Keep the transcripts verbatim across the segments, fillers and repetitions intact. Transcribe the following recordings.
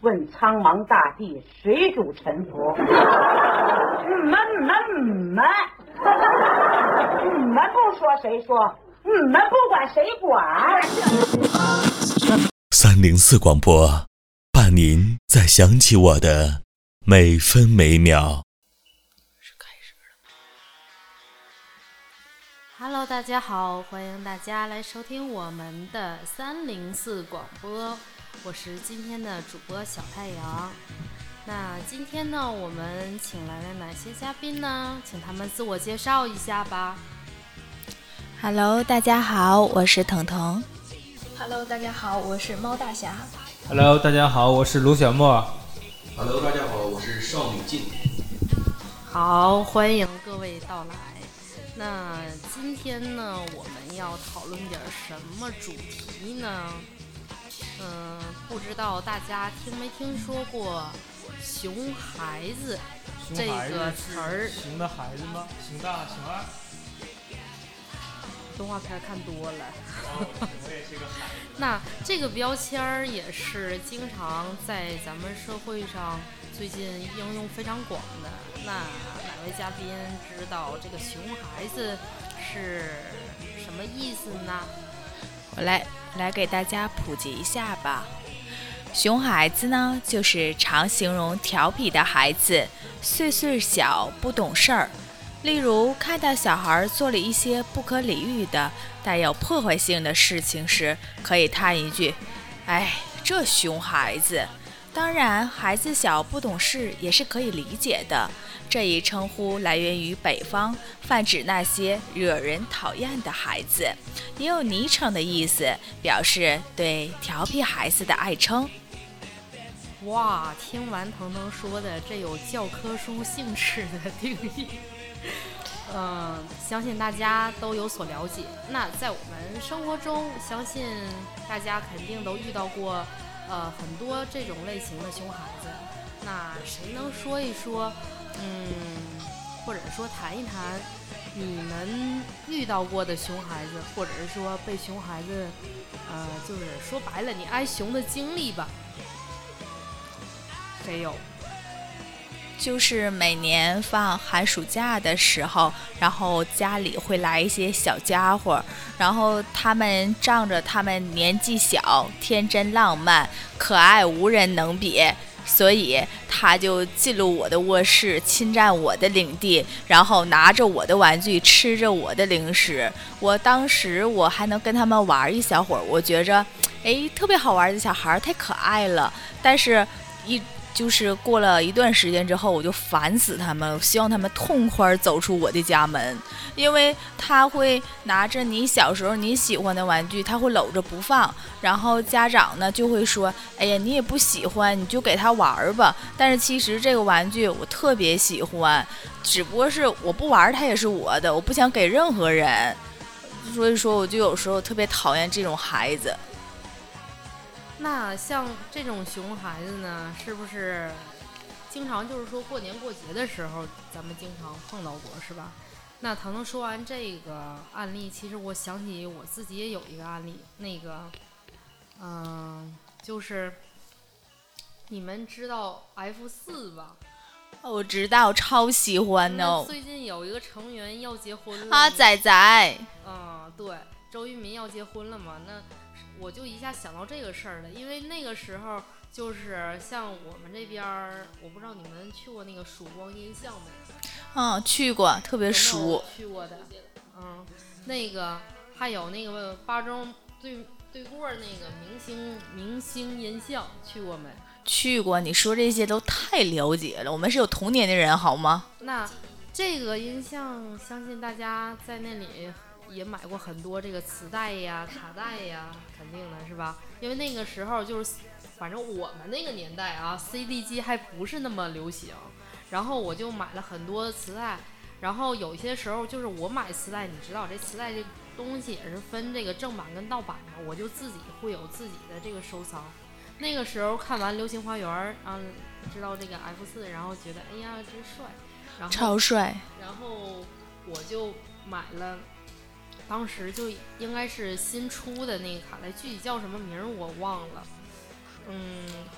问苍茫大地谁主沉浮？你们你们你们，你们不说谁说？你们不管谁管？ 三零四广播，伴您在想起我的每分每秒。 是开始了。Hello， 大家好，欢迎大家来收听我们的三零四广播，我是今天的主播小太阳。那今天呢，我们请来了哪些嘉宾呢？请他们自我介绍一下吧。 Hello， 大家好，我是腾腾。 Hello， 大家好，我是猫大侠。 Hello， 大家好，我是卢小莫。 Hello， 大家好，我是邵女静。 好，欢迎各位到来。那今天呢，我们要讨论点什么主题呢？嗯，不知道大家听没听说过熊孩子这个词儿？ 熊的孩子吗？熊大、熊二。 动画片看多了。 哦，我也是个孩子。 那这个标签儿也是经常在咱们社会上最近应用非常广的。那哪位嘉宾知道这个熊孩子是什么意思呢？ 我来来给大家普及一下吧。熊孩子呢，就是常形容调皮的孩子，岁岁小，不懂事儿。例如看到小孩做了一些不可理喻的带有破坏性的事情时，可以叹一句，哎，这熊孩子。当然孩子小不懂事也是可以理解的，这一称呼来源于北方，泛指那些惹人讨厌的孩子，也有昵称的意思，表示对调皮孩子的爱称。 哇，听完腾腾说的，这有教科书性质的定义。嗯，相信大家都有所了解。那在我们生活中，相信大家肯定都遇到过呃很多这种类型的熊孩子。那谁能说一说，嗯，或者说谈一谈你们遇到过的熊孩子，或者是说被熊孩子，呃，就是说白了你挨熊的经历吧？谁有？ 就是每年放寒暑假的时候，然后家里会来一些小家伙，然后他们仗着他们年纪小，天真浪漫，可爱无人能比，所以他就进入我的卧室，侵占我的领地，然后拿着我的玩具，吃着我的零食。我当时我还能跟他们玩一小会儿，我觉着哎特别好玩的小孩太可爱了，但是一就是过了一段时间之后，我就烦死他们了，我希望他们痛快走出我的家门，因为他会拿着你小时候你喜欢的玩具，他会搂着不放，然后家长呢就会说，哎呀，你也不喜欢，你就给他玩吧。但是其实这个玩具我特别喜欢，只不过是我不玩它也是我的，我不想给任何人，所以说我就有时候特别讨厌这种孩子。 那像这种熊孩子呢，是不是经常就是说过年过节的时候咱们经常碰到过，是吧？那腾腾说完这个案例，其实我想起我自己也有一个案例，那个嗯、呃，就是你们知道 F 四 吧？ 我知道，超喜欢哦。 最近有一个成员要结婚了啊，仔仔。 嗯，对，周渝民要结婚了嘛？那我就一下想到这个事儿了，因为那个时候就是像我们这边儿，我不知道你们去过那个曙光音像没？ 嗯，去过，特别熟。 有没有去过的，嗯，那个还有那个八中对对过那个明星明星音像去过没？ 去过，你说这些都太了解了，我们是有童年的人好吗？ 那这个音像，相信大家在那里也买过很多这个磁带呀、卡带呀，肯定的是吧？因为那个时候就是，反正我们那个年代啊 ，C D 机还不是那么流行，然后我就买了很多磁带，然后有些时候就是我买磁带，你知道这磁带这东西也是分这个正版跟盗版的，我就自己会有自己的这个收藏。那个时候看完《流星花园》啊，知道这个 F 四，然后觉得哎呀真帅，然后超帅， 然后我就买了。当时就应该是新出的那个卡带，具体叫什么名儿我忘了。嗯，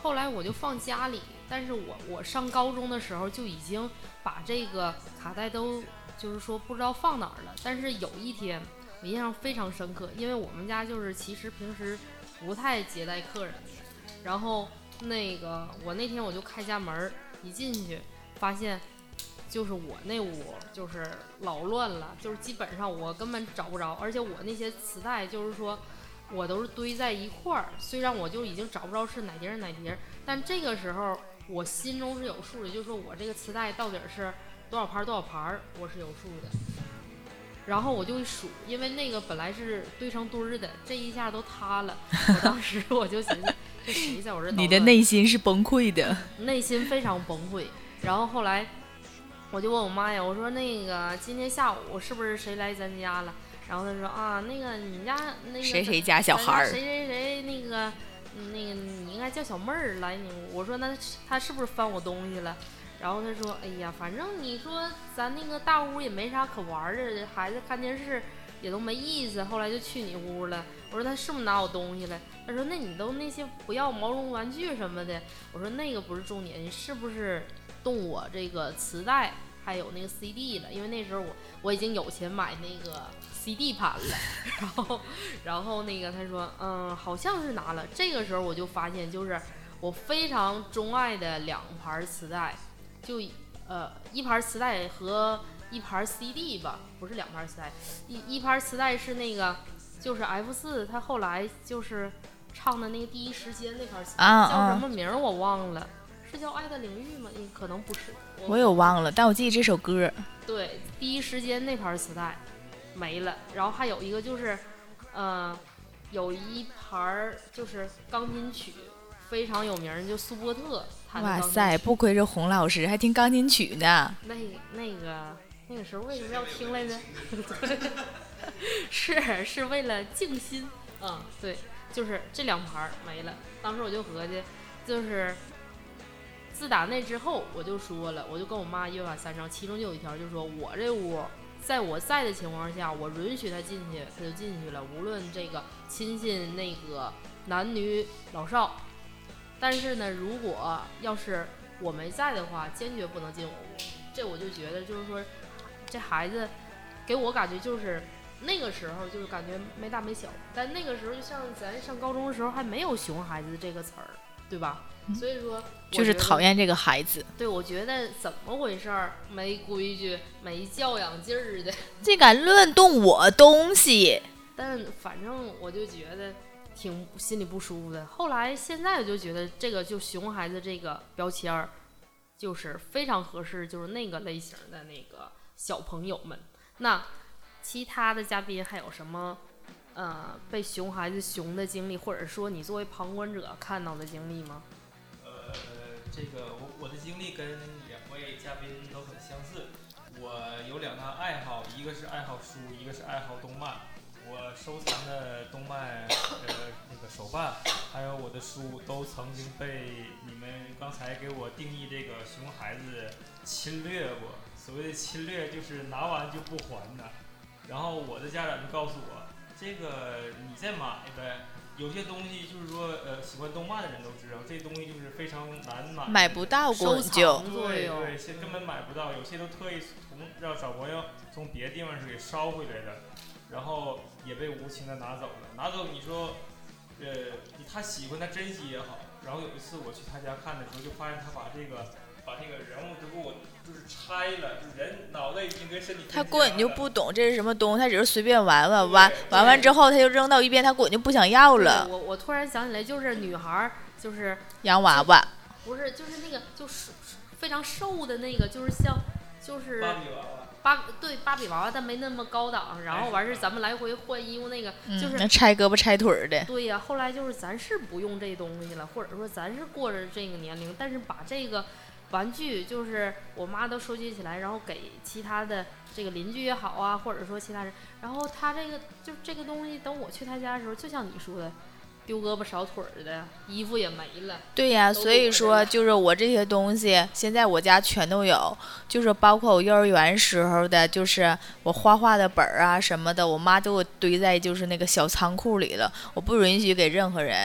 后来我就放家里，但是我我上高中的时候就已经把这个卡带都就是说不知道放哪儿了。但是有一天我印象非常深刻，因为我们家就是其实平时不太接待客人的，然后那个我那天我就开家门一进去发现就是我那屋就是老乱了，就是基本上我根本找不着，而且我那些磁带就是说我都是堆在一块儿，虽然我就已经找不着是哪碟是哪碟，但这个时候我心中是有数的，就是说我这个磁带到底是多少盘多少盘我是有数的。然后我就数，因为那个本来是堆成堆儿的，这一下都塌了。我当时我就寻思，这谁在我这捣乱？ 你的内心是崩溃的， 内心非常崩溃。然后后来我就问我妈呀，我说那个今天下午是不是谁来咱家了？然后她说啊，那个你们家那个谁谁家小孩儿， 谁谁谁那个那个你应该叫小妹儿来你。我说那她是不是翻我东西了？然后他说哎呀，反正你说咱那个大屋也没啥可玩的，孩子看电视也都没意思，后来就去你屋了。我说他是不是拿我东西了？他说那你都那些不要毛绒玩具什么的。我说那个不是重点，你是不是动我这个磁带还有那个 C D 了？因为那时候我我已经有钱买那个 C D 盘了。然后然后那个他说嗯好像是拿了。这个时候我就发现，就是我非常钟爱的两盘磁带，就呃一盘磁带和一盘 C D 吧，不是两盘磁带，一一盘磁带是那个就是 F 四，他后来就是唱的那个第一时间那盘磁带、啊、叫什么名我忘了，是叫爱的领域吗？可能不是， 我, 我也忘了，但我记得这首歌。 对，第一时间那盘磁带没了，然后还有一个就是呃有一盘就是钢琴曲非常有名，就苏波特。 哇塞，不愧是洪老师，还听钢琴曲呢。 那那个那个时候为什么要听来着？是是为了静心。嗯，对，就是这两盘没了。当时我就合计，就是自打那之后，我就说了，我就跟我妈约法三章，其中就有一条，就是说我这屋在我在的情况下，我允许他进去，他就进去了，无论这个亲戚那个男女老少。但是呢，如果要是我没在的话，坚决不能进我屋。这我就觉得就是说，这孩子给我感觉就是那个时候就是感觉没大没小，但那个时候就像咱上高中的时候还没有熊孩子这个词儿，对吧？嗯、所以说就是讨厌这个孩子。 对，我觉得怎么回事儿？没规矩、没教养劲儿的， 这敢乱动我东西。 但反正我就觉得挺心里不舒服的。后来现在我就觉得这个就熊孩子这个标签儿就是非常合适，就是那个类型的那个小朋友们。那其他的嘉宾还有什么呃被熊孩子熊的经历，或者说你作为旁观者看到的经历吗？ 呃，这个我我的经历跟两位嘉宾都很相似。我有两大爱好，一个是爱好书，一个是爱好动漫。我收藏的动漫呃那个手办，还有我的书，都曾经被你们刚才给我定义这个熊孩子侵略过。所谓的侵略就是拿完就不还的。然后我的家长就告诉我，这个你再买呗。有些东西就是说，呃，喜欢动漫的人都知道，这东西就是非常难买， 买不到过就对对，现根本买不到，有些都特意从让找朋友从别的地方是给捎回来的，然后也被无情的拿走了。拿走你说，呃，他喜欢他珍惜也好。然后有一次我去他家看的时候，就发现他把这个把这个人物都给我就是拆了，就人脑袋已经跟身体。 他根本就不懂这是什么东西，他只是随便玩玩，玩玩完之后他就扔到一边，他根本就不想要了。 我我突然想起来，就是女孩就是洋娃娃， 不是就是那个就是非常瘦的那个，就是像就是芭比娃娃。 芭对芭比娃娃，但没那么高档。然后完事咱们来回换衣服那个，就是、 嗯、拆胳膊拆腿的。 对呀、啊，后来就是咱是不用这东西了，或者说咱是过着这个年龄，但是把这个玩具就是我妈都收集起来，然后给其他的这个邻居也好啊，或者说其他人。然后他这个就这个东西，等我去他家的时候，就像你说的。丢胳膊少腿的，衣服也没了。 对呀、啊，所以说就是我这些东西，现在我家全都有，就是包括我幼儿园时候的，就是我画画的本儿啊什么的，我妈都给我堆在就是那个小仓库里了，我不允许给任何人。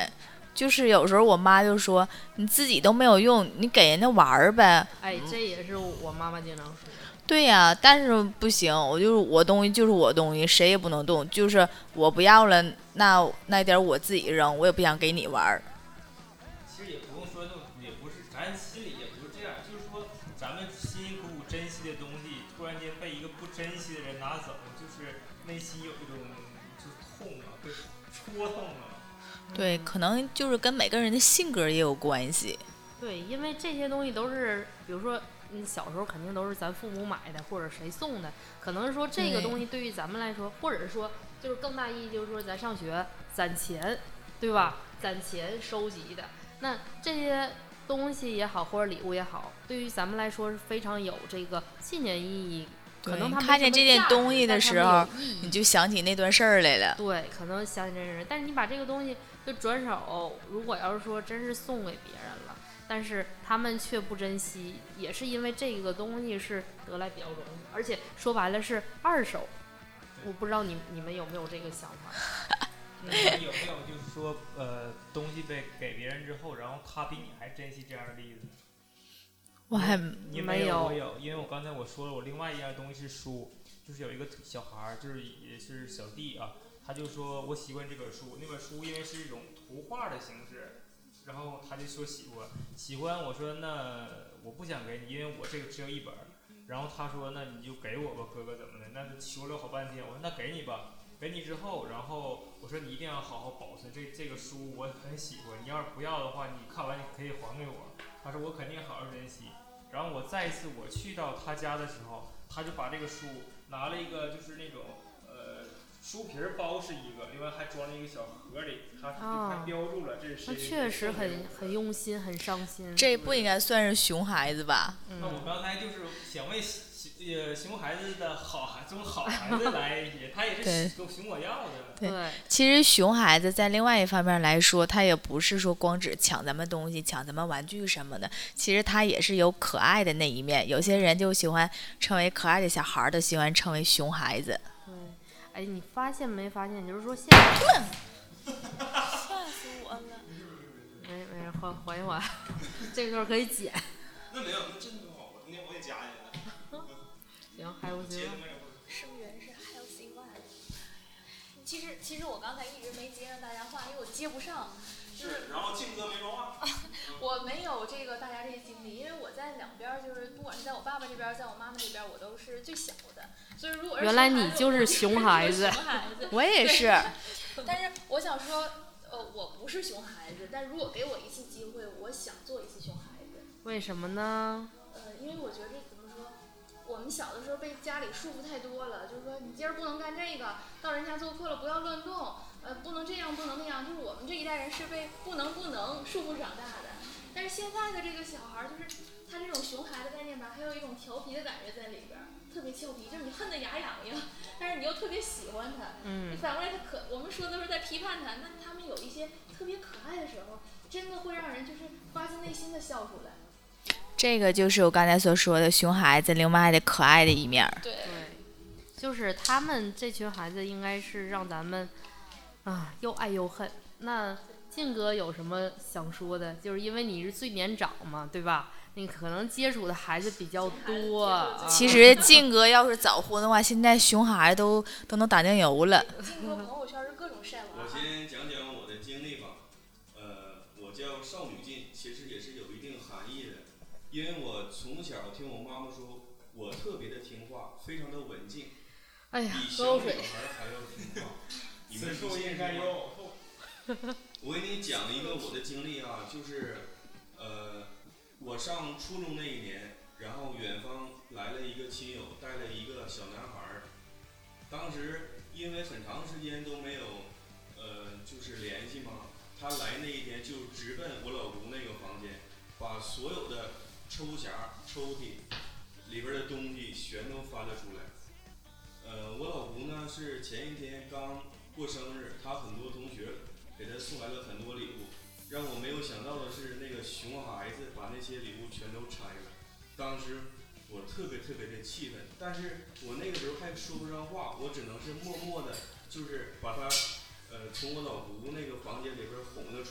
就是有时候我妈就说你自己都没有用，你给人家玩儿呗。 哎，这也是我妈妈经常说的。 对呀、啊，但是不行，我就是我东西就是我东西，谁也不能动。就是我不要了，那那点我自己扔，我也不想给你玩儿。 其实也不用说那么，也不是，咱心里也不是这样，就是说咱们辛辛苦苦珍惜的东西，突然间被一个不珍惜的人拿走，就是内心有一种就是痛啊，被戳痛了。 对，可能就是跟每个人的性格也有关系。 对，因为这些东西都是，比如说，嗯，小时候肯定都是咱父母买的，或者谁送的。可能是说这个东西对于咱们来说，或者是说就是更大意义，就是说咱上学攒钱，对吧？攒钱收集的，那这些东西也好，或者礼物也好，对于咱们来说是非常有这个纪念意义。可能他看见这件东西的时候，你就想起那段事儿来了。 对，可能想起这人，但是你把这个东西就转手，如果要是说真是送给别人了，但是他们却不珍惜，也是因为这个东西是得来比较容易，而且说白了是二手。我不知道你你们有没有这个想法？ 那你有没有就是说，呃，东西被给别人之后，然后他比你还珍惜这样的例子？ 我还你没有，我有，因为我刚才我说了，我另外一样东西是书，就是有一个小孩儿，就是也是小弟啊，他就说我喜欢这本书，那本书因为是一种图画的形式，然后他就说喜欢，喜欢，我说那我不想给你，因为我这个只有一本，然后他说那你就给我吧，哥哥怎么的，那就求了好半天，我说那给你吧。给你之后，然后我说你一定要好好保存这这个书，我很喜欢。你要是不要的话，你看完你可以还给我。他说我肯定好好珍惜。然后我再一次我去到他家的时候，他就把这个书拿了一个就是那种呃书皮包是一个，另外还装了一个小盒里，他还标注了这是谁。 他确实很很用心，很上心。 这不应该算是熊孩子吧？ 那我刚才就是想为呃熊孩子的好孩从好孩子来也，他也是跟熊我要的。 对，其实熊孩子在另外一方面来说，他也不是说光只抢咱们东西、抢咱们玩具什么的，其实他也是有可爱的那一面。有些人就喜欢称为可爱的小孩的，喜欢称为熊孩子。 对，哎，你发现没发现？就是说现在， 吓死我了！ 没没事，缓缓一缓，这段可以剪。 那没有，那真挺好，今天我也加进来。 行，还有希望。 生源是还有希望。其实其实我刚才一直没接上大家话，因为我接不上。 是，然后静哥没说话。 我没有这个大家这些经历，因为我在两边，就是不管是在我爸爸这边，在我妈妈这边，我都是最小的。所以如果是原来你就是熊孩子。 熊孩子， 我也是。 但是我想说，呃，我不是熊孩子，但如果给我一次机会，我想做一次熊孩子。 为什么呢？ 呃，因为我觉得怎么说，我们小的时候被家里束缚太多了，就是说你今儿不能干这个，到人家做客了不要乱动，呃，不能这样，不能那样，就是我们这一代人是被不能不能束缚长大的。但是现在的这个小孩，就是他这种熊孩的概念吧，还有一种调皮的感觉在里边，特别俏皮，就是你恨得牙痒痒，但是你又特别喜欢他。 嗯。 你反过来他可，我们说的都是在批判他，那他们有一些特别可爱的时候，真的会让人就是发自内心的笑出来。 这个就是我刚才所说的熊孩子另外的可爱的一面。 对， 就是他们这群孩子应该是让咱们啊又爱又恨。那静哥有什么想说的？就是因为你是最年长嘛，对吧？你可能接触的孩子比较多。啊、 其实静哥要是早婚的话，现在熊孩子都都能打酱油了。 静哥朋友圈是各种晒娃。 我先讲讲我的经历吧。呃，我叫邵女进，其实也是有一定含义的。因为我从小听我妈妈说，我特别的听话，非常的文静， 哎呀， 比小女孩还要听话。你们说应该有。 我给你讲一个我的经历啊，就是，呃，我上初中那一年，然后远方来了一个亲友，带了一个小男孩儿。当时因为很长时间都没有，呃，就是联系嘛，他来那一天就直奔我老姑那个房间，把所有的抽匣、抽屉里边的东西全都翻了出来。呃，我老姑呢是前一天刚过生日，她很多同学给她送来了很多礼物，让我没有想到的是，那个熊孩子把那些礼物全都拆了。当时我特别特别的气愤，但是我那个时候还说不上话，我只能是默默的，就是把他呃从我老姑那个房间里边哄了出来。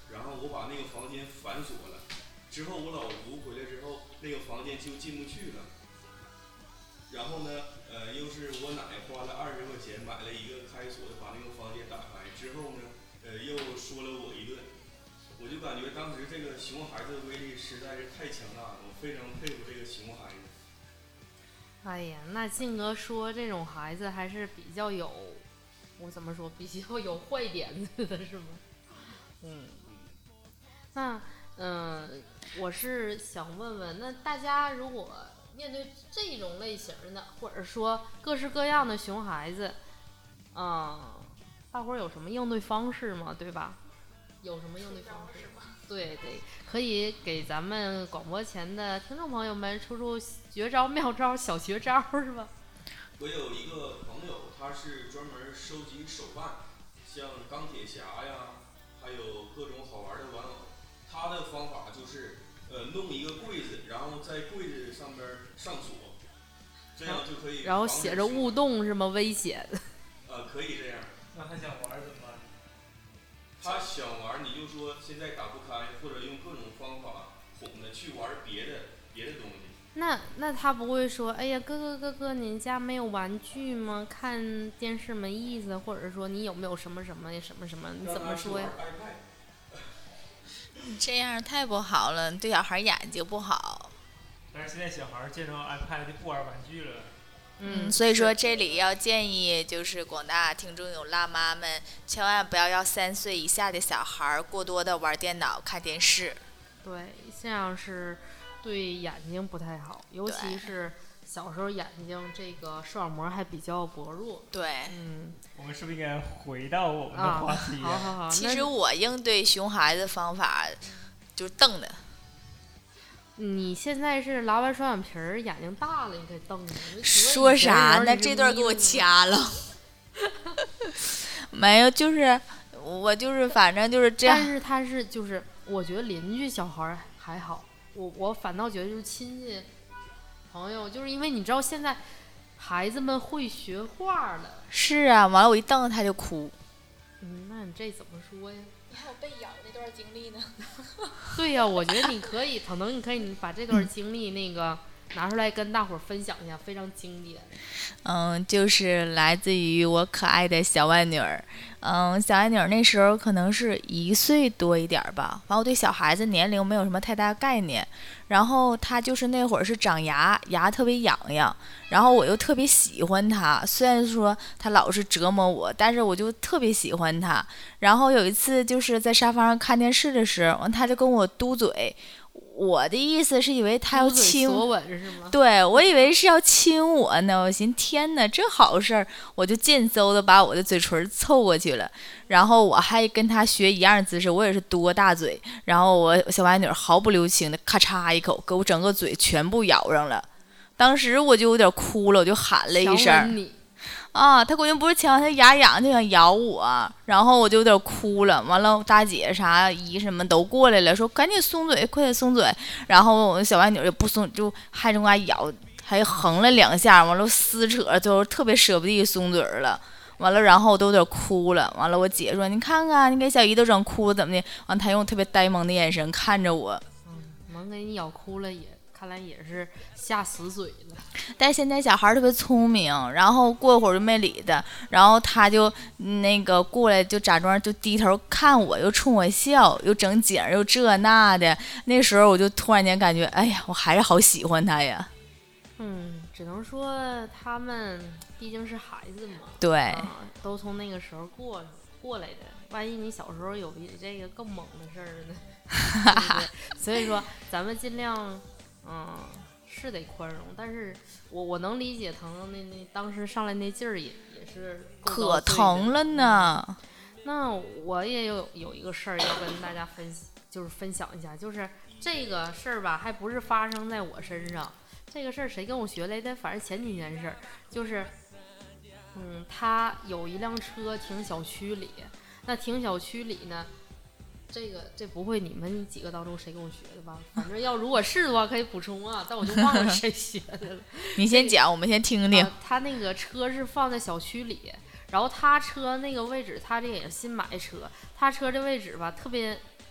然后我把那个房间反锁了。之后我老吴回来之后，那个房间就进不去了。然后呢，呃，又是我奶花了二十块钱买了一个开锁的，把那个房间打开。之后呢，呃，又说了我一顿。我就感觉当时这个熊孩子的威力实在是太强大了，我非常佩服这个熊孩子。 哎呀，那静哥说这种孩子还是比较有，我怎么说，比较有坏点子的是吗？嗯，那嗯、呃，我是想问问，那大家如果面对这种类型的，或者说各式各样的熊孩子，嗯、呃，大伙儿有什么应对方式吗？对吧？有什么应对方式吗？对对，可以给咱们广播前的听众朋友们出出绝招、妙招、小绝招，是吧？ 我有一个朋友，他是专门收集手办，像钢铁侠呀，还有各种好玩的玩偶。他的方法就是，呃，弄一个柜子，然后在柜子上边上锁，这样就可以。 然后写着勿动是吗？危险。 呃，可以这样。 那他想玩怎么办？ 他想玩，你就说现在打不开，或者用各种方法哄他去玩别的别的东西。 那那他不会说，哎呀，哥哥哥哥，你家没有玩具吗？看电视没意思，或者说你有没有什么什么什么什么？你怎么说呀？ 这样太不好了，对小孩眼睛不好。 但是现在小孩见着 iPad 就不玩玩具了。 嗯，所以说这里要建议就是广大听众有辣妈们，千万不要让三岁以下的小孩过多的玩电脑、看电视。 对，这样是对眼睛不太好，尤其是小时候眼睛这个视网膜还比较薄弱。 对， 嗯， 我们是不是应该回到我们的话题、 啊？好好好。 其实我应对熊孩子方法就是瞪的。 你现在是拉完双眼皮儿，眼睛大了，你得瞪着。 说啥呢？这段给我掐了。没有，就是我就是反正就是这样。 但是他是就是，我觉得邻居小孩还好，我我反倒觉得就是亲戚朋友，就是因为你知道现在孩子们会学画了。 是啊，完了我一瞪他就哭。 嗯，那你这怎么说呀？ 你还有被咬那段经历呢。 对呀、啊，我觉得你可以，可能你可以把这段经历那个拿出来跟大伙儿分享一下，非常经典。 嗯，就是来自于我可爱的小外女儿。嗯，小外女儿那时候可能是一岁多一点吧，完我对小孩子年龄没有什么太大概念。然后她就是那会儿是长牙，牙特别痒痒，然后我又特别喜欢她，虽然说她老是折磨我，但是我就特别喜欢她。然后有一次就是在沙发上看电视的时候，她就跟我嘟嘴。我的意思是以为他要亲我，是吗？ 对，我以为是要亲我呢。我寻天哪，这好事儿，我就劲嗖的把我的嘴唇凑过去了，然后我还跟他学一样姿势，我也是嘟个大嘴，然后我小白女毫不留情的咔嚓一口给我整个嘴全部咬上了。当时我就有点哭了，我就喊了一声。啊，他估计不是强，他牙痒就想咬我，然后我就有点哭了。完了，大姐啥姨什么都过来了，说赶紧松嘴，快点松嘴。然后我小白女也不松，就还这么咬，还横了两下，完了撕扯，就特别舍不得松嘴了。完了，然后我都有点哭了。完了，我姐说：“你看看，你给小姨都整哭了，怎么的？”完，她用特别呆萌的眼神看着我。 嗯，能给你咬哭了也。看来也是下死嘴了， 但现在小孩特别聪明，然后过会儿就没理他，然后他就那个过来就假装就低头看我，又冲我笑，又整景又这那的。那时候我就突然间感觉，哎呀，我还是好喜欢他呀。 嗯，只能说他们毕竟是孩子嘛， 对， 啊、都从那个时候过过来的。万一你小时候有比这个更猛的事儿呢？对不对？所以说咱们尽量。嗯，是得宽容，但是我我能理解腾腾那那当时上来那劲儿也也是可疼了呢、嗯。 那我也有有一个事儿要跟大家分就是分享一下，就是这个事儿吧，还不是发生在我身上。这个事儿谁跟我学来的？反正前几天的事儿，就是嗯，他有一辆车停小区里，那停小区里呢。这个这不会你们几个当中谁跟我学的吧？反正要如果是的话可以补充啊，但我就忘了谁学的了。 你先讲，这个、我们先听听、 呃。他那个车是放在小区里，然后他车那个位置，他这也是新买车，他车这位置吧特别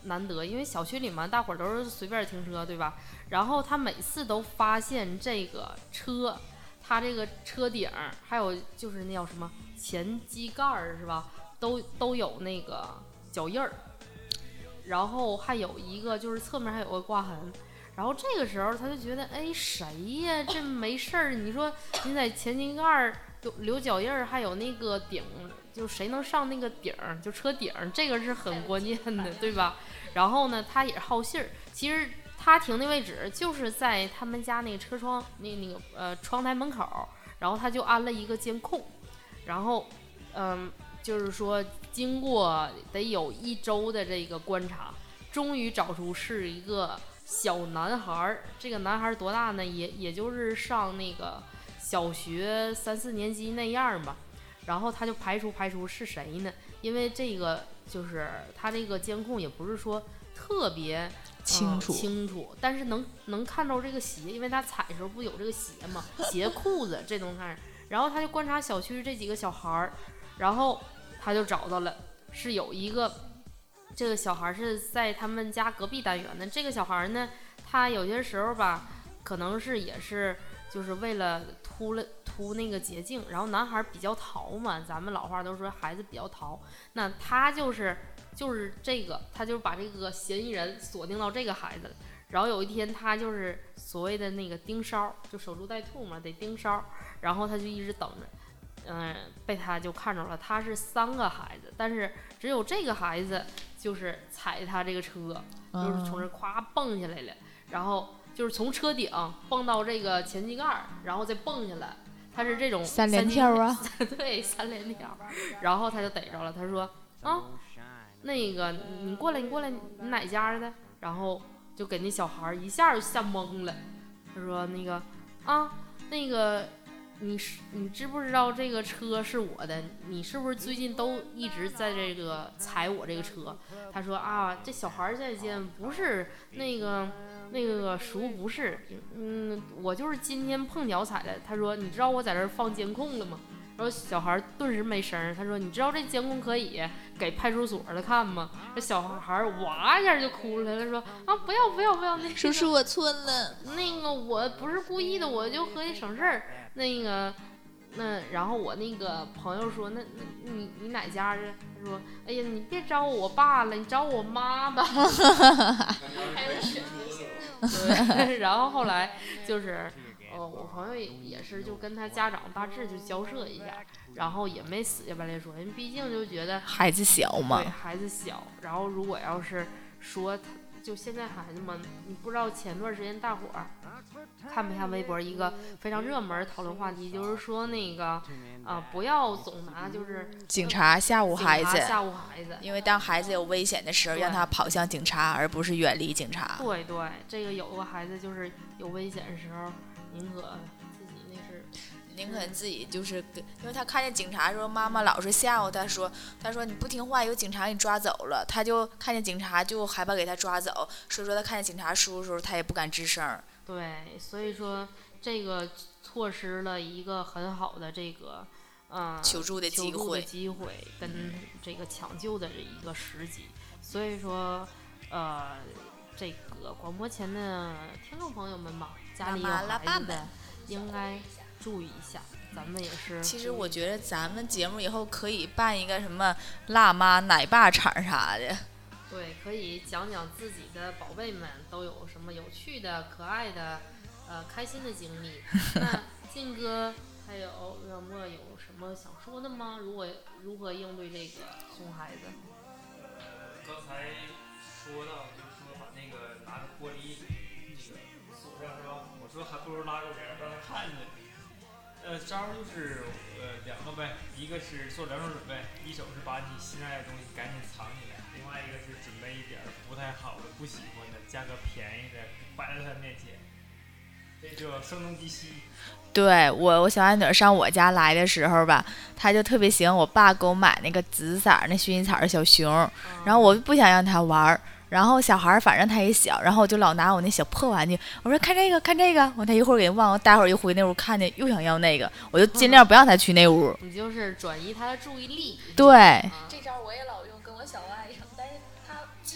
难得，因为小区里嘛，大伙儿都是随便停车，对吧？然后他每次都发现这个车，它这个车顶还有就是那叫什么前机盖儿是吧，都都有那个脚印儿，然后还有一个就是侧面还有个刮痕。然后这个时候他就觉得，哎，谁呀？这没事儿，你说你在前机盖儿有留脚印儿，还有那个顶，就谁能上那个顶儿，就车顶，这个是很关键的，对吧？然后呢，他也好信儿，其实他停的位置就是在他们家那个车窗那那个呃窗台门口，然后他就安了一个监控，然后嗯，就是说经过得有一周的这个观察，终于找出是一个小男孩儿。这个男孩儿多大呢？也也就是上那个小学三四年级那样吧。然后他就排除排除是谁呢？因为这个就是他这个监控也不是说特别清楚、 呃、清楚，但是能能看到这个鞋，因为他踩的时候不有这个鞋嘛，鞋裤子这都能看。然后他就观察小区这几个小孩儿，然后他就找到了是有一个这个小孩是在他们家隔壁单元的。这个小孩呢，他有些时候吧，可能是也是就是为了突了突那个捷径，然后男孩比较淘嘛，咱们老话都说孩子比较淘，那他就是就是这个，他就把这个嫌疑人锁定到这个孩子了。然后有一天他就是所谓的那个盯梢，就守株待兔嘛，得盯梢，然后他就一直等着，嗯、呃，被他就看着了。他是三个孩子，但是只有这个孩子就是踩他这个车，就是从这咵蹦下来了，然后就是从车顶蹦到这个前机盖，然后再蹦下来。他是这种三连跳啊， 对，三连跳。然后他就逮着了，他说啊，那个你过来，你过来，你哪家的？然后就给那小孩一下就吓懵了。他说那个啊，那个你是你知不知道这个车是我的？你是不是最近都一直在这个踩我这个车？他说啊，这小孩再见不是那个。那个叔不是，嗯，我就是今天碰巧踩的。他说：“你知道我在这儿放监控了吗？”然后小孩顿时没声。他说：“你知道这监控可以给派出所的看吗？”这小孩哇一下就哭了，他说：“啊，不要不要不要！那个、 叔叔我错了， 那个我不是故意的，我就合计省事儿。那个。”那然后我那个朋友说，那那你你哪家的？他说，哎呀，你别找我爸了，你找我妈吧。还有选对，然后后来就是，呃，我朋友也是就跟他家长大致就交涉一下，然后也没死乞白赖说，因为毕竟就觉得孩子小嘛， 对，孩子小。然后如果要是说他。就现在孩子们，你不知道前段时间大伙儿看没看微博一个非常热门讨论话题，就是说那个啊、呃，不要总拿就是警察吓唬孩子， 吓唬孩子， 因为当孩子有危险的时候，让他跑向警察，而不是远离警察。 对对，这个有个孩子就是有危险的时候，宁可自己那是。 宁可自己就是，因为他看见警察说妈妈老是吓唬他说，他说你不听话，有警察给你抓走了，他就看见警察就害怕给他抓走，所以说他看见警察叔叔他也不敢吱声。 对，所以说这个错失了一个很好的这个呃求助的机会， 机会跟这个抢救的这一个时机。所以说呃，这个广播前的听众朋友们吧，家里有孩子的应该注意一下，咱们也是。 其实我觉得咱们节目以后可以办一个什么辣妈奶爸场啥的。 对，可以讲讲自己的宝贝们都有什么有趣的、可爱的、呃开心的经历。那靖哥还有月末有什么想说的吗？如果如何应对这个熊孩子？ 呃，刚才说到就是说把那个拿着玻璃那个锁上是吧？我说还不如拉个帘让他看着。呃，招就是呃两个呗，一个是做两种准备，一种是把你心爱的东西赶紧藏起来，另外一个是准备一点不太好的、不喜欢的，价格便宜的摆在他面前，这就声东击西。 对我，我小爱女上我家来的时候吧，她就特别喜欢我爸给我买那个紫色那薰衣草的小熊，然后我不想让她玩。然后小孩反正他也小，然后我就老拿我那小破玩具，我说看这个看这个，我他一会儿给忘了，待会儿一回那屋看见又想要那个，我就尽量不让他去那屋。 你就是转移他的注意力。 对。 这招我也老用，跟我小外甥，但是他之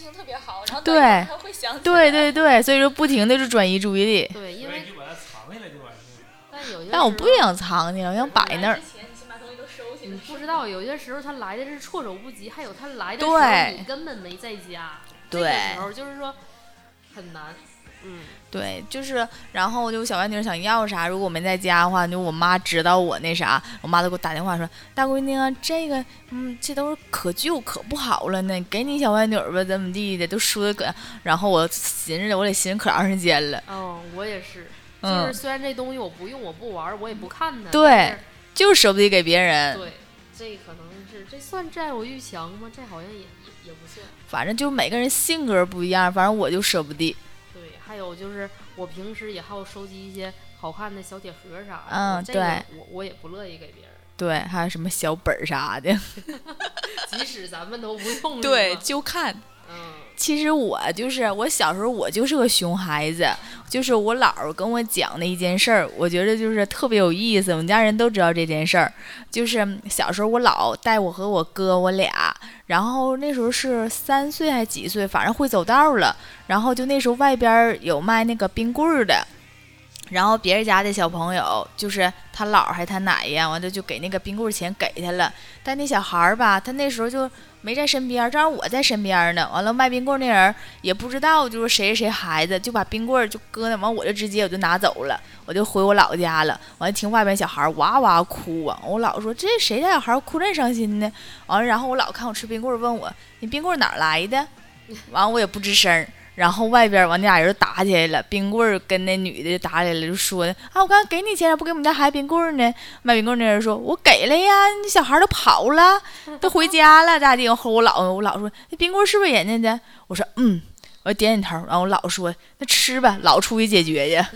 心情特别好，然后对他会想起来对对对，所以说不停的就转移注意力。 对，因为就把它藏起来就完事了。 但有些但我不时候想藏起来，我想摆那儿。 之前你先把东西都收起来。 你不知道，有些时候他来的是措手不及，还有他来的时候对你根本没在家， 对这个时候就是说很难。嗯， 对，就是然后就小外女想要啥，如果我没在家的话，就我妈知道我那啥，我妈都给我打电话说，大闺女啊，这个嗯，这都是可旧可不好了呢，给你小外女吧，怎么地的，都说的可，然后我寻思我得寻思可长时间了。 哦，我也是，就嗯是虽然这东西我不用，我不玩，我也不看它， 对但是就舍不得给别人。 对，这可能是这算占有欲强吗？这好像也也也不算。 反正就每个人性格不一样，反正我就舍不得。 对，还有就是我平时也好收集一些好看的小铁盒啥的， 嗯我这个对我我也不乐意给别人， 对，还有什么小本儿啥的， 即使咱们都不用。 对， 是吧就看。 嗯， 其实我就是我小时候我就是个熊孩子，就是我姥儿跟我讲的一件事儿，我觉得就是特别有意思。我们家人都知道这件事儿，就是小时候我姥带我和我哥我俩，然后那时候是三岁还几岁，反正会走道了。然后就那时候外边有卖那个冰棍儿的，然后别人家的小朋友就是他姥儿还他奶呀，完了就给那个冰棍儿钱给他了。但那小孩儿吧，他那时候就没在身边，正好我在身边呢。完了卖冰棍儿那人也不知道就是谁是谁孩子，就把冰棍儿就搁那，完我就直接我就拿走了，我就回我姥家了。完了听外边小孩哇哇哭啊，我姥说这谁家小孩哭这伤心呢？完了然后我姥看我吃冰棍儿，问我你冰棍儿哪儿来的？完了我也不吱声。然后外边完那俩人就打起来了，冰棍儿跟那女的就打起来了，就说的啊，我刚给你钱，不给我们家孩子冰棍儿呢？卖冰棍儿那人说，我给了呀，那小孩都跑了，都回家了，咋地？然后我姥我姥说，那冰棍儿是不是人家的？我说嗯，我点点头。然后我姥说，那吃吧，姥出去解决去。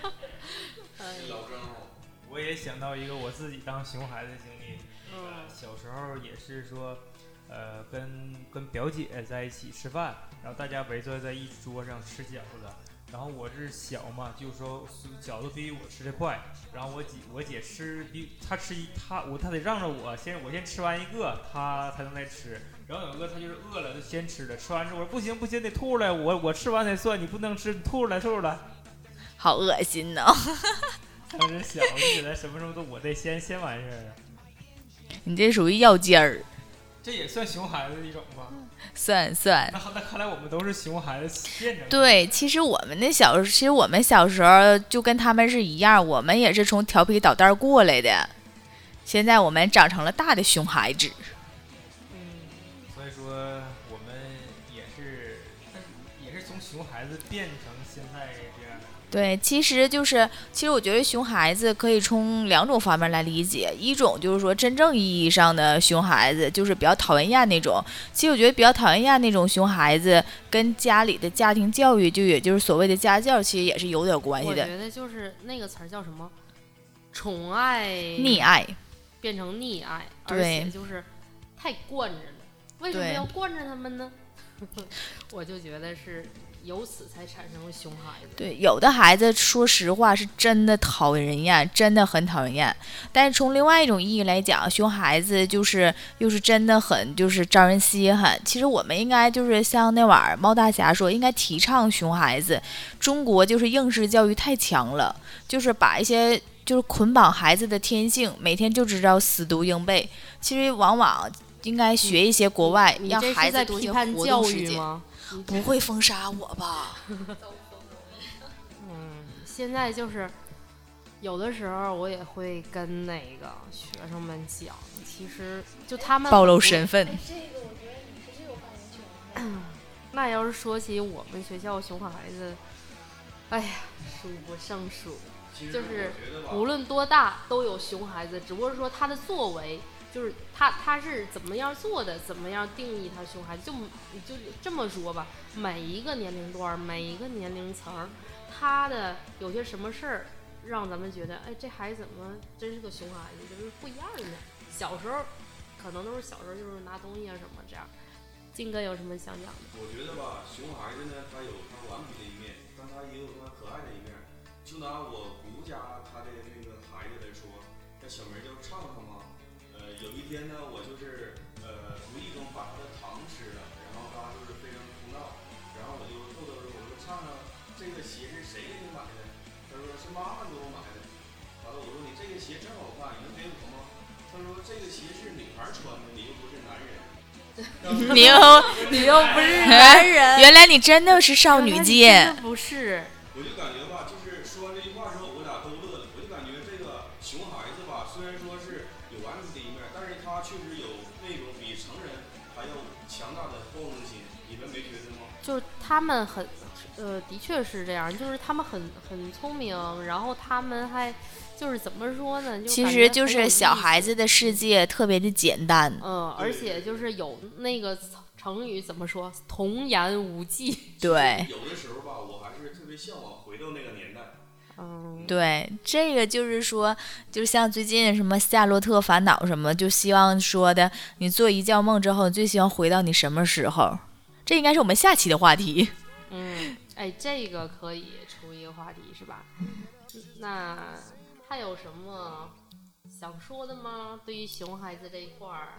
我也想到一个我自己当熊孩子的经历，呃，小时候也是说，呃，跟跟表姐在一起吃饭，然后大家围坐在一桌上吃饺子，然后我是小嘛，就说饺子比我吃的快，然后我姐我姐吃比她吃一她我她得让着我先我先吃完一个，她才能再吃，然后有一个她就是饿了就先吃了，吃完之后我说不行不行得吐出来，我我吃完才算，你不能吃，你吐出来吐出来， 好恶心呢！ 当时小就觉得什么时候都我得先先完事儿啊。 你这属于要尖儿。 这也算熊孩子的一种吧？ 算算。 那那看来我们都是熊孩子见证。 对，其实我们那小时候，其实我们小时候就跟他们是一样，我们也是从调皮捣蛋过来的。现在我们长成了大的熊孩子。 嗯，所以说我们也是，也是从熊孩子变成现在这样。 对，其实就是，其实我觉得熊孩子可以从两种方面来理解，一种就是说真正意义上的熊孩子，就是比较讨人厌那种。其实我觉得比较讨人厌那种熊孩子，跟家里的家庭教育，就也就是所谓的家教，其实也是有点关系的。 我觉得就是那个词儿叫什么？宠爱、 溺爱， 变成溺爱， 对， 而且就是太惯着了。为什么要惯着他们呢？我就觉得是。由此才产生了熊孩子。 对，有的孩子说实话是真的讨人厌，真的很讨人厌。但是从另外一种意义来讲，熊孩子就是又是真的很就是招人稀罕。其实我们应该就是像那晚儿猫大侠说，应该提倡熊孩子。中国就是应试教育太强了，就是把一些就是捆绑孩子的天性，每天就知道死读硬背。其实往往应该学一些国外， 嗯、 让孩子多批判教育吗？ 不会封杀我吧？ 嗯，现在就是有的时候我也会跟那个学生们讲，其实就他们暴露身份。 哎，这个我觉得你是这个发言权。 那要是说起我们学校熊孩子，哎呀，数不胜数。就是无论多大都有熊孩子，只不过说他的作为。就是他他是怎么样做的，怎么样定义他熊孩子，就就这么说吧。每一个年龄段，每一个年龄层，他的有些什么事儿，让咱们觉得，哎，这孩子怎么真是个熊孩子，就是不一样的。小时候可能都是小时候就是拿东西啊什么这样。金哥有什么想讲的？ 我觉得吧，熊孩子呢，他有他顽皮的一面，但他也有他可爱的一面。就拿我姑家他的那个孩子来说，他小名叫畅畅嘛。呃，有一天呢，我就是呃无意中把他的糖吃了，然后他就是非常哭闹， 畅畅，这个鞋是谁给你买的？他说是妈妈给我买的。完了我说你这个鞋真好看，你能给我吗？他说这个鞋是女孩穿的，你又不是男人。 你又你又不是男人， 原来你真的是少女界。 不是。 我就感觉吧，就是说完这句话之后，我俩都乐了。我就感觉这个熊孩子吧，虽然说是有 M 的一面，但是他确实有那种比成人还要强大的包容心，你们没觉得吗？ 就是他们很，呃，的确是这样，就是他们很很聪明，然后他们还就是怎么说呢？就其实就是小孩子的世界特别的简单。 嗯，而且就是有那个成语怎么说，童言无忌。 对， 有的时候吧，我还是特别向往回到那个年代。 嗯， 对，这个就是说，就像最近什么夏洛特烦恼什么，就希望说的，你做一觉梦之后，你最希望回到你什么时候？这应该是我们下期的话题。 嗯，哎，这个可以出一个话题是吧？那还有什么想说的吗？对于熊孩子这一块儿，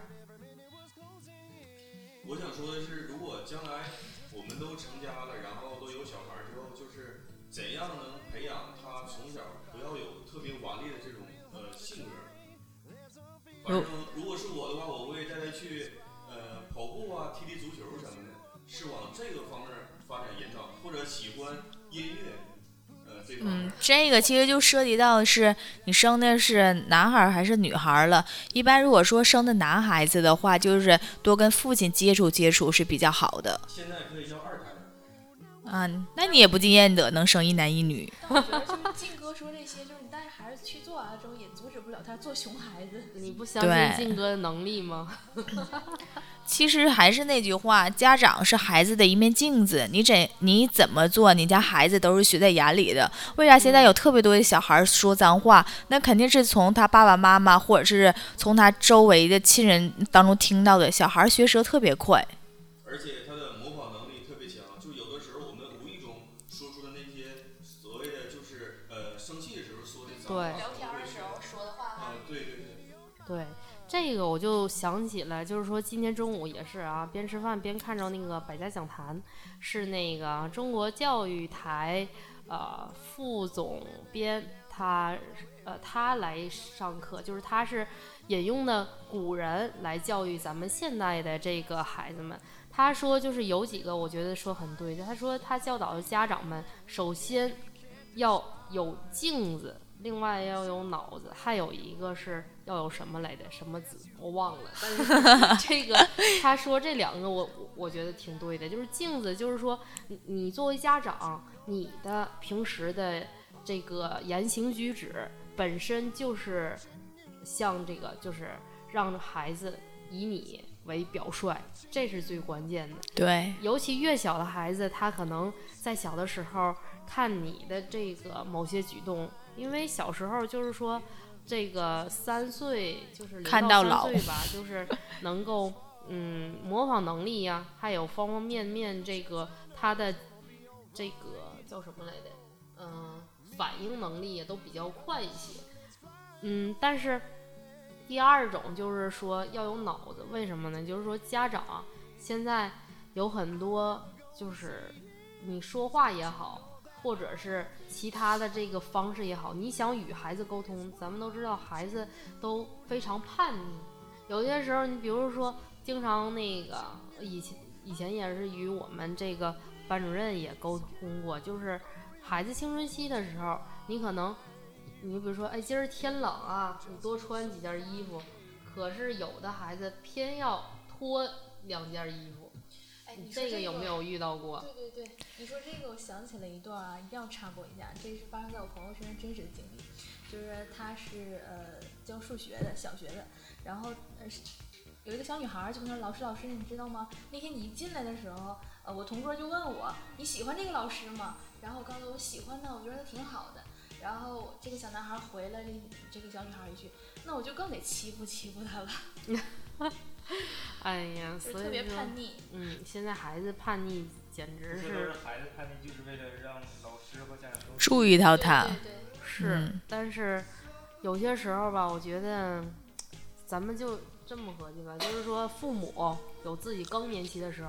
我想说的是，如果将来我们都成家了，然后都有小孩之后，就是怎样能培养他从小不要有特别顽劣的这种呃性格。反正如果是我的话，我会带他去呃跑步啊、踢踢足球什么的，是往这个方面发展引导，或者喜欢音乐。 嗯，这个其实就涉及到是你生的是男孩还是女孩了。一般如果说生的男孩子的话，就是多跟父亲接触接触是比较好的。 现在可以叫二胎。 啊，那你也不见得能生一男一女。 但我觉得就是靖哥说这些，就是你带孩子去做完了之后，也阻止不了他做熊孩子。 你不相信靖哥的能力吗？ 其实还是那句话，家长是孩子的一面镜子，你怎你怎么做，你家孩子都是学在眼里的。为啥现在有特别多的小孩说脏话？那肯定是从他爸爸妈妈或者是从他周围的亲人当中听到的。小孩学舌特别快， 而且他的模仿能力特别强。就有的时候我们无意中说出的那些所谓的就是呃生气的时候说的脏话， 对， 聊天的时候说的话， 啊，对对对， 对。这个我就想起来，就是说今天中午也是啊，边吃饭边看着那个百家讲坛，是那个中国教育台呃副总编他呃他来上课，就是他是引用的古人来教育咱们现代的这个孩子们。他说就是有几个我觉得说很对的，他说他教导家长们首先要有镜子，另外要有脑子，还有一个是要有什么来的，什么子我忘了。但是这个他说这两个我我觉得挺对的，就是镜子，就是说你你作为家长，你的平时的这个言行举止本身就是像这个，就是让孩子以你为表率，这是最关键的。 对， 尤其越小的孩子，他可能在小的时候看你的这个某些举动。因为小时候就是说，这个三岁就是看到老三岁吧，就是能够嗯模仿能力呀、啊，还有方方面面这个他的这个叫什么来的，嗯、呃，反应能力也都比较快一些。嗯，但是第二种就是说要有脑子，为什么呢？就是说家长现在有很多就是你说话也好。或者是其他的这个方式也好，你想与孩子沟通，咱们都知道孩子都非常叛逆。有些时候，你比如说，经常那个以前以前也是与我们这个班主任也沟通过，就是孩子青春期的时候，你可能，你比如说，哎，今儿天冷啊，你多穿几件衣服。可是有的孩子偏要脱两件衣服。 哎，你这个有没有遇到过？ 对对对，你说这个我想起了一段啊，一定要插播一下，这是发生在我朋友身上真实的经历。就是他是呃教数学的，小学的，然后呃有一个小女孩就跟他说：“老师老师，你知道吗？那天你一进来的时候，呃我同桌就问我你喜欢这个老师吗？然后我告诉我喜欢他，我觉得他挺好的。然后这个小男孩回了这个小女孩一句：那我就更得欺负欺负他了。” 哎呀，所以特别叛逆。 嗯，现在孩子叛逆简直是。 是孩子叛逆就是为了让老师和家长都注意到他。 对对对， 是、 嗯， 但是有些时候吧，我觉得咱们就这么合计吧，就是说父母有自己更年期的时候，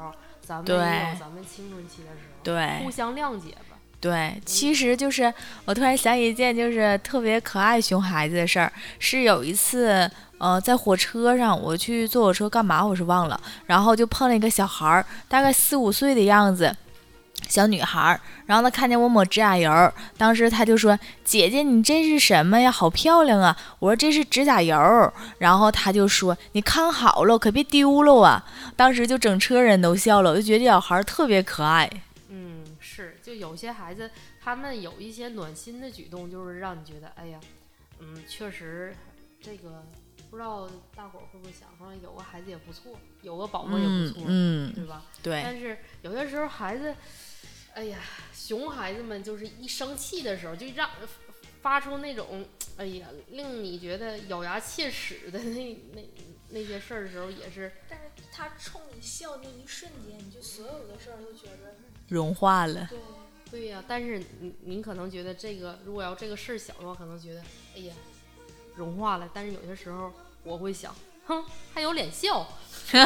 咱们对也有咱们青春期的时候， 对互相谅解吧。 对，其实就是我突然想起一件就是特别可爱熊孩子的事儿，是有一次，呃，在火车上，我去坐火车干嘛我是忘了，然后就碰了一个小孩儿，大概四五岁的样子，小女孩儿，然后她看见我抹指甲油，当时她就说：“姐姐，你这是什么呀？好漂亮啊！”我说：“这是指甲油。”然后她就说：“你看好了，可别丢了啊！”当时就整车人都笑了，我就觉得这小孩儿特别可爱。 嗯，是，就有些孩子，他们有一些暖心的举动，就是让你觉得，哎呀，嗯，确实，这个不知道大伙儿会不会想说，有个孩子也不错，有个宝宝也不错， 嗯，嗯对吧？ 对。 但是有些时候孩子，哎呀，熊孩子们就是一生气的时候，就让发出那种，哎呀，令你觉得咬牙切齿的那那那些事儿的时候，也是。 但是他冲你笑那一瞬间，你就所有的事儿都觉得融化了。 对。 对呀、啊，但是您您可能觉得这个，如果要这个事儿小的话，可能觉得，哎呀，融化了。但是有些时候我会想，哼，还有脸笑。哎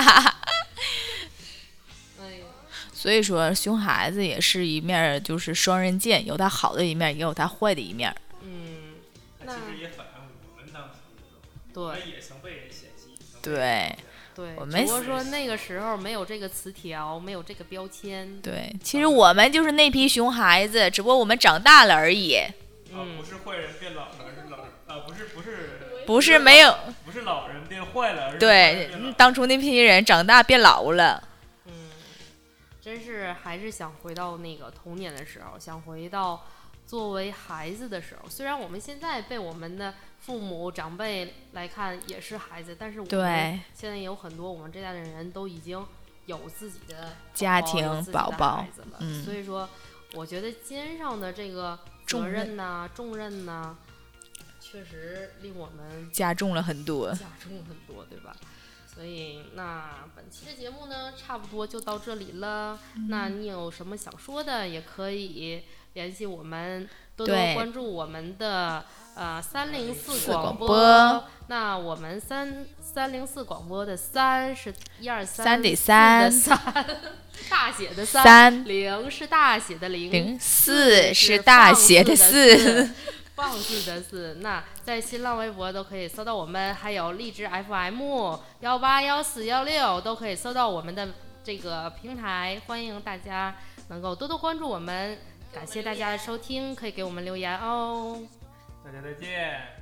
呀， 所以说，熊孩子也是一面就是双刃剑，有他好的一面，也有他坏的一面。 嗯， 那其实也反映我们当时对， 我们也曾被人嫌弃。 对。 对， 我们只不过说那个时候没有这个词条，没有这个标签。 对，其实我们就是那批熊孩子，只不过我们长大了而已。 嗯、啊，不是坏人变老了，而是老人啊，不是不是不是没有， 不是老人变坏了，而是对，当初那批人长大变老了。 嗯，真是还是想回到那个童年的时候，想回到作为孩子的时候。虽然我们现在被我们的父母长辈来看也是孩子，但是我们现在有很多我们这代的人都已经有自己的家庭宝宝孩子了、嗯、所以说我觉得肩上的这个责任呐、重任呐、确实令我们加重了很多， 加重很多，对吧？所以那本期的节目呢，差不多就到这里了、嗯、那你有什么想说的也可以联系我们，多多关注我们的呃三零四广播。 播那我们三三零四广播的三是一二三三得三三大写的三， 三零是大写的零， 零四是大写的四。 放肆的是，那在新浪微博都可以搜到我们，还有荔枝 F M 幺八幺四幺六都可以搜到我们的这个平台，欢迎大家能够多多关注我们，感谢大家的收听，可以给我们留言哦。 大家再见。